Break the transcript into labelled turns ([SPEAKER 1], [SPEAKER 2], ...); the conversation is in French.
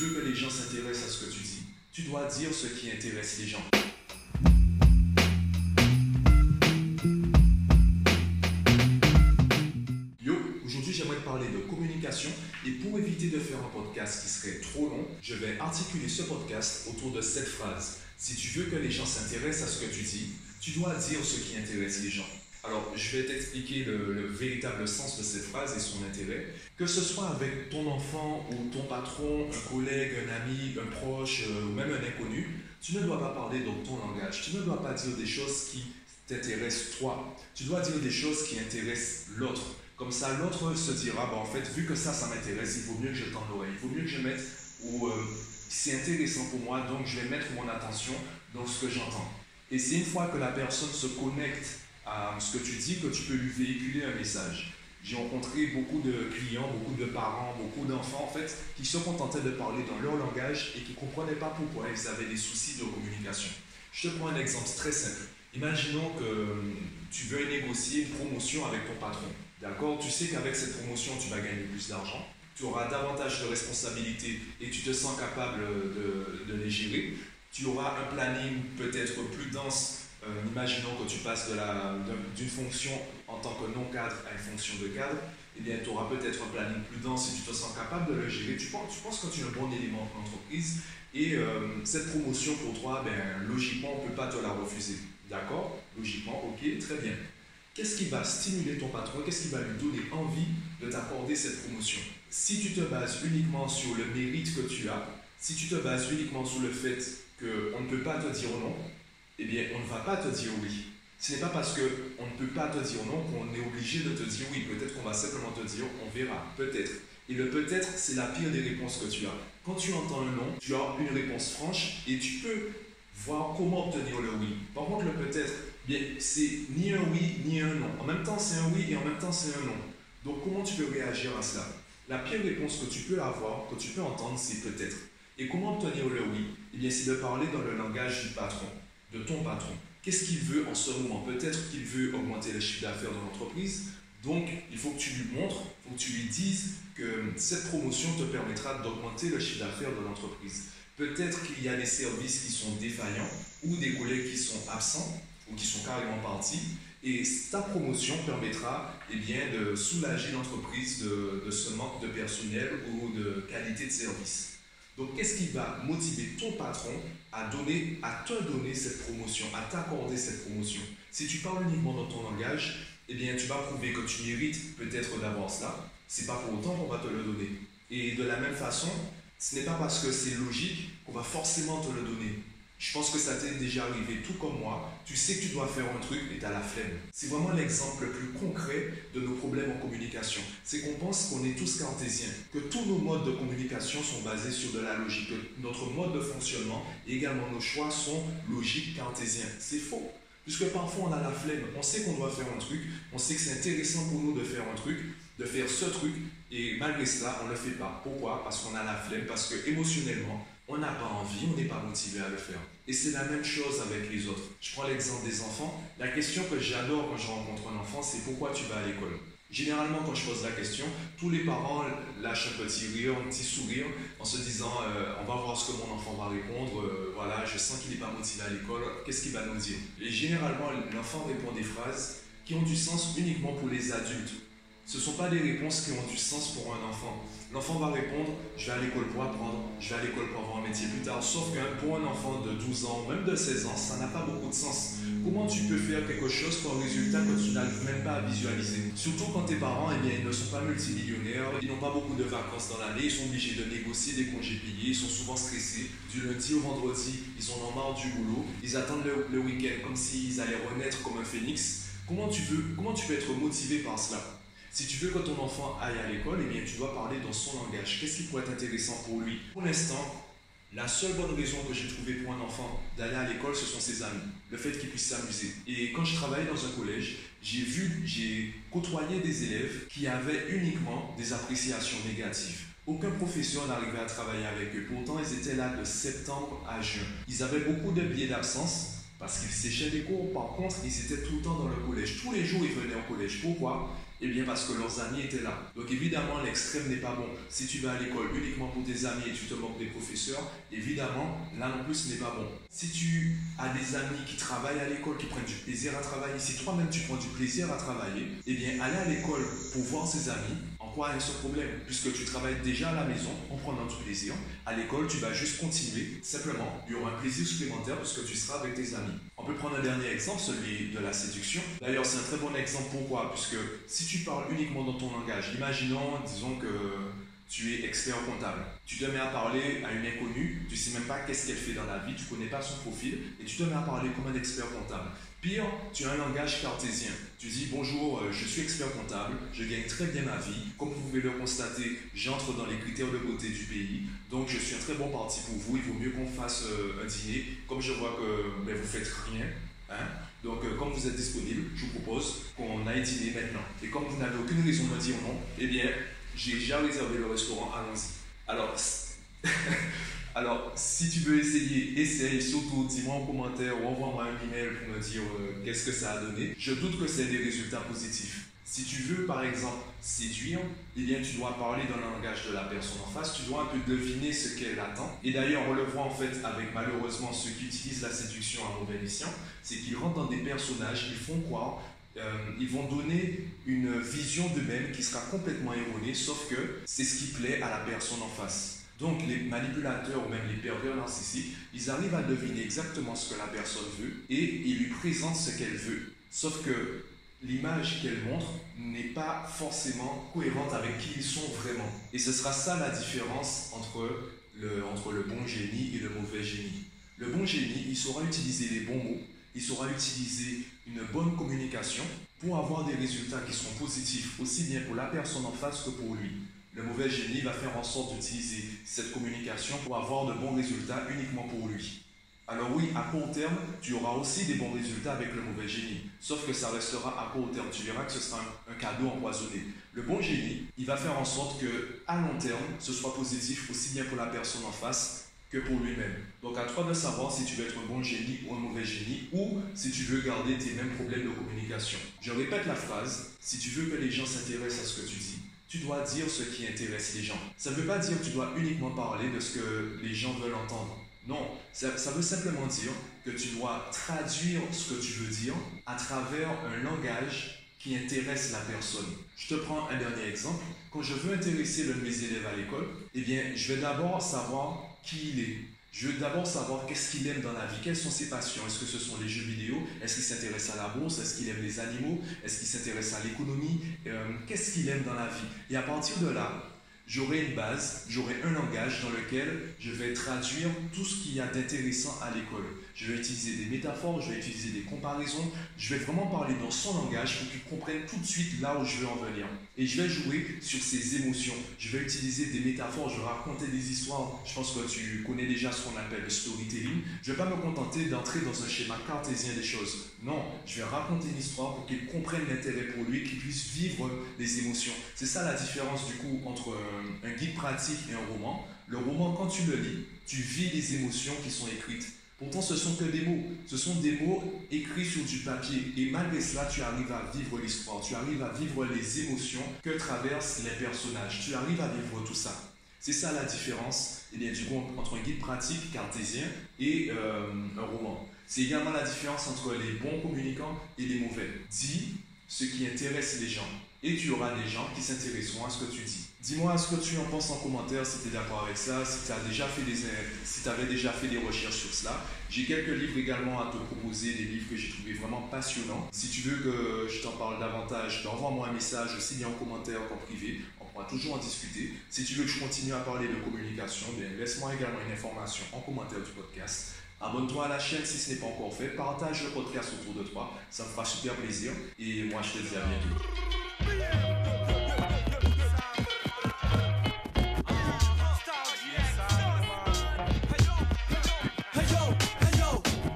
[SPEAKER 1] veux que les gens s'intéressent à ce que tu dis, tu dois dire ce qui intéresse les gens. Yo, aujourd'hui j'aimerais te parler de communication et pour éviter de faire un podcast qui serait trop long, je vais articuler ce podcast autour de cette phrase. Si tu veux que les gens s'intéressent à ce que tu dis, tu dois dire ce qui intéresse les gens. Alors, je vais t'expliquer le véritable sens de cette phrase et son intérêt. Que ce soit avec ton enfant ou ton patron, un collègue, un ami, un proche ou même un inconnu, tu ne dois pas parler dans ton langage. Tu ne dois pas dire des choses qui t'intéressent toi. Tu dois dire des choses qui intéressent l'autre. Comme ça, l'autre se dira, en fait, vu que ça m'intéresse, il vaut mieux que je tende l'oreille. Il vaut mieux que je mette où c'est intéressant pour moi, donc je vais mettre mon attention dans ce que j'entends. Et c'est une fois que la personne se connecte à ce que tu dis que tu peux lui véhiculer un message. J'ai rencontré beaucoup de clients, beaucoup de parents, beaucoup d'enfants en fait, qui se contentaient de parler dans leur langage et qui ne comprenaient pas pourquoi ils avaient des soucis de communication. Je te prends un exemple très simple. Imaginons que tu veux négocier une promotion avec ton patron. D'accord? Tu sais qu'avec cette promotion, tu vas gagner plus d'argent, tu auras davantage de responsabilités et tu te sens capable de les gérer. Tu auras un planning peut-être plus dense. Imaginons que tu passes d'une fonction en tant que non-cadre à une fonction de cadre, eh bien, tu auras peut-être un planning plus dense et tu te sens capable de le gérer. Tu penses que tu es un bon élément pour l'entreprise et cette promotion pour toi, logiquement, on ne peut pas te la refuser. D'accord? Logiquement, ok, très bien. Qu'est-ce qui va stimuler ton patron? Qu'est-ce qui va lui donner envie de t'accorder cette promotion? Si tu te bases uniquement sur le mérite que tu as, si tu te bases uniquement sur le fait qu'on ne peut pas te dire non, eh bien, on ne va pas te dire oui. Ce n'est pas parce qu'on ne peut pas te dire non qu'on est obligé de te dire oui. Peut-être qu'on va simplement te dire on verra, peut-être. Et le peut-être, c'est la pire des réponses que tu as. Quand tu entends le non, tu as une réponse franche et tu peux voir comment obtenir le oui. Par contre, le peut-être, bien, c'est ni un oui ni un non. En même temps, c'est un oui et en même temps, c'est un non. Donc, comment tu peux réagir à cela? La pire réponse que tu peux avoir, que tu peux entendre, c'est peut-être. Et comment obtenir le oui? Eh bien, c'est de parler dans le langage du patron, de ton patron. Qu'est-ce qu'il veut en ce moment? Peut-être qu'il veut augmenter le chiffre d'affaires de l'entreprise. Donc, il faut que tu lui montres, il faut que tu lui dises que cette promotion te permettra d'augmenter le chiffre d'affaires de l'entreprise. Peut-être qu'il y a des services qui sont défaillants ou des collègues qui sont absents ou qui sont carrément partis. Et ta promotion permettra de soulager l'entreprise de ce manque de personnel ou de qualité de service. Donc, qu'est-ce qui va motiver ton patron à te donner cette promotion, à t'accorder cette promotion? Si tu parles uniquement dans ton langage, tu vas prouver que tu mérites peut-être d'avoir cela. C'est pas pour autant qu'on va te le donner. Et de la même façon, ce n'est pas parce que c'est logique qu'on va forcément te le donner. Je pense que ça t'est déjà arrivé, tout comme moi. Tu sais que tu dois faire un truc et tu as la flemme. C'est vraiment l'exemple le plus concret de nos problèmes en communication. C'est qu'on pense qu'on est tous cartésiens, que tous nos modes de communication sont basés sur de la logique, que notre mode de fonctionnement et également nos choix sont logiques cartésiens. C'est faux. Puisque parfois on a la flemme, on sait qu'on doit faire un truc, on sait que c'est intéressant pour nous de faire un truc, de faire ce truc, et malgré cela, on ne le fait pas. Pourquoi? Parce qu'on a la flemme, parce que émotionnellement, on n'a pas envie, on n'est pas motivé à le faire. Et c'est la même chose avec les autres. Je prends l'exemple des enfants. La question que j'adore quand je rencontre un enfant, c'est pourquoi tu vas à l'école? Généralement, quand je pose la question, tous les parents lâchent un petit rire, un petit sourire, en se disant on va voir ce que mon enfant va répondre, voilà, je sens qu'il n'est pas motivé à l'école, qu'est-ce qu'il va nous dire? Et généralement, l'enfant répond des phrases qui ont du sens uniquement pour les adultes. Ce ne sont pas des réponses qui ont du sens pour un enfant. L'enfant va répondre « je vais à l'école pour apprendre, je vais à l'école pour avoir un métier plus tard ». Sauf que pour un enfant de 12 ans, même de 16 ans, ça n'a pas beaucoup de sens. Comment tu peux faire quelque chose pour un résultat que tu n'arrives même pas à visualiser? Surtout quand tes parents, ils ne sont pas multimillionnaires, ils n'ont pas beaucoup de vacances dans l'année, ils sont obligés de négocier des congés payés, ils sont souvent stressés. Du lundi au vendredi, ils en ont marre du boulot, ils attendent le week-end comme s'ils allaient renaître comme un phénix. Comment tu peux être motivé par cela? Si tu veux que ton enfant aille à l'école, tu dois parler dans son langage. Qu'est-ce qui pourrait être intéressant pour lui? Pour l'instant, la seule bonne raison que j'ai trouvée pour un enfant d'aller à l'école, ce sont ses amis. Le fait qu'il puisse s'amuser. Et quand je travaillais dans un collège, j'ai côtoyé des élèves qui avaient uniquement des appréciations négatives. Aucun professeur n'arrivait à travailler avec eux. Pourtant, ils étaient là de septembre à juin. Ils avaient beaucoup de billets d'absence parce qu'ils séchaient des cours. Par contre, ils étaient tout le temps dans le collège. Tous les jours, ils venaient au collège. Pourquoi? Eh bien parce que leurs amis étaient là. Donc évidemment l'extrême n'est pas bon. Si tu vas à l'école uniquement pour tes amis et tu te moques des professeurs, évidemment là non plus ce n'est pas bon. Si tu as des amis qui travaillent à l'école, qui prennent du plaisir à travailler, si toi-même tu prends du plaisir à travailler, eh bien aller à l'école pour voir ses amis, en quoi est ce problème? Puisque tu travailles déjà à la maison en prenant du plaisir, à l'école tu vas juste continuer, simplement il y aura un plaisir supplémentaire puisque tu seras avec tes amis. On peut prendre un dernier exemple, celui de la séduction. D'ailleurs c'est un très bon exemple, pourquoi? Puisque si tu parles uniquement dans ton langage, imaginons, disons que tu es expert comptable. Tu te mets à parler à une inconnue, tu ne sais même pas qu'est-ce qu'elle fait dans la vie, tu ne connais pas son profil et tu te mets à parler comme un expert comptable. Pire, tu as un langage cartésien. Tu dis bonjour, je suis expert comptable, je gagne très bien ma vie. Comme vous pouvez le constater, j'entre dans les critères de beauté du pays. Donc je suis un très bon parti pour vous. Il vaut mieux qu'on fasse un dîner. Comme je vois que vous faites rien. Donc comme vous êtes disponible, je vous propose qu'on aille dîner maintenant. Et comme vous n'avez aucune raison de dire non, eh bien j'ai déjà réservé le restaurant, allons-y. Alors, si tu veux essayer, essaye, surtout dis-moi en commentaire ou envoie-moi un email pour me dire qu'est-ce que ça a donné. Je doute que c'est des résultats positifs. Si tu veux par exemple séduire, eh bien tu dois parler dans le langage de la personne en face, tu dois un peu deviner ce qu'elle attend. Et d'ailleurs on le voit en fait avec malheureusement ceux qui utilisent la séduction à mauvais escient, c'est qu'ils rentrent dans des personnages, ils font croire, ils vont donner une vision d'eux-mêmes qui sera complètement erronée, sauf que c'est ce qui plaît à la personne en face. Donc les manipulateurs ou même les pervers narcissiques, ils arrivent à deviner exactement ce que la personne veut et ils lui présentent ce qu'elle veut. Sauf que l'image qu'elle montre n'est pas forcément cohérente avec qui ils sont vraiment. Et ce sera ça la différence entre le bon génie et le mauvais génie. Le bon génie, il saura utiliser les bons mots, il saura utiliser une bonne communication pour avoir des résultats qui seront positifs aussi bien pour la personne en face que pour lui. Le mauvais génie va faire en sorte d'utiliser cette communication pour avoir de bons résultats uniquement pour lui. Alors oui, à court terme, tu auras aussi des bons résultats avec le mauvais génie. Sauf que ça restera à court terme. Tu verras que ce sera un cadeau empoisonné. Le bon génie, il va faire en sorte qu'à long terme, ce soit positif aussi bien pour la personne en face que pour lui-même. Donc à toi de savoir si tu veux être un bon génie ou un mauvais génie ou si tu veux garder tes mêmes problèmes de communication. Je répète la phrase, si tu veux que les gens s'intéressent à ce que tu dis, tu dois dire ce qui intéresse les gens. Ça ne veut pas dire que tu dois uniquement parler de ce que les gens veulent entendre. Non, ça veut simplement dire que tu dois traduire ce que tu veux dire à travers un langage qui intéresse la personne. Je te prends un dernier exemple. Quand je veux intéresser l'un de mes élèves à l'école, eh bien, je vais d'abord savoir qui il est. Je veux d'abord savoir qu'est-ce qu'il aime dans la vie, quelles sont ses passions. Est-ce que ce sont les jeux vidéo? Est-ce qu'il s'intéresse à la bourse? Est-ce qu'il aime les animaux? Est-ce qu'il s'intéresse à l'économie? Qu'est-ce qu'il aime dans la vie? Et à partir de là, j'aurai une base, j'aurai un langage dans lequel je vais traduire tout ce qu'il y a d'intéressant à l'école. Je vais utiliser des métaphores, je vais utiliser des comparaisons, je vais vraiment parler dans son langage pour qu'il comprenne tout de suite là où je veux en venir. Et je vais jouer sur ses émotions. Je vais utiliser des métaphores, je vais raconter des histoires. Je pense que tu connais déjà ce qu'on appelle le storytelling. Je ne vais pas me contenter d'entrer dans un schéma cartésien des choses. Non, je vais raconter une histoire pour qu'il comprenne l'intérêt pour lui, qu'il puisse vivre les émotions. C'est ça la différence du coup entre un guide pratique et un roman. Le roman, quand tu le lis, tu vis les émotions qui sont écrites. Pourtant, ce sont que des mots. Ce sont des mots écrits sur du papier. Et malgré cela, tu arrives à vivre l'histoire. Tu arrives à vivre les émotions que traversent les personnages. Tu arrives à vivre tout ça. C'est ça la différence du coup, entre un guide pratique cartésien et un roman. C'est également la différence entre les bons communicants et les mauvais. Dis ce qui intéresse les gens. Et tu auras des gens qui s'intéresseront à ce que tu dis. Dis-moi ce que tu en penses en commentaire, si tu es d'accord avec ça, si tu avais déjà fait des recherches sur cela. J'ai quelques livres également à te proposer, des livres que j'ai trouvés vraiment passionnants. Si tu veux que je t'en parle davantage, envoie-moi un message aussi bien en commentaire qu'en privé. On pourra toujours en discuter. Si tu veux que je continue à parler de communication, laisse-moi également une information en commentaire du podcast. Abonne-toi à la chaîne si ce n'est pas encore fait. Partage le podcast autour de toi. Ça me fera super plaisir. Et moi, je te dis à bientôt.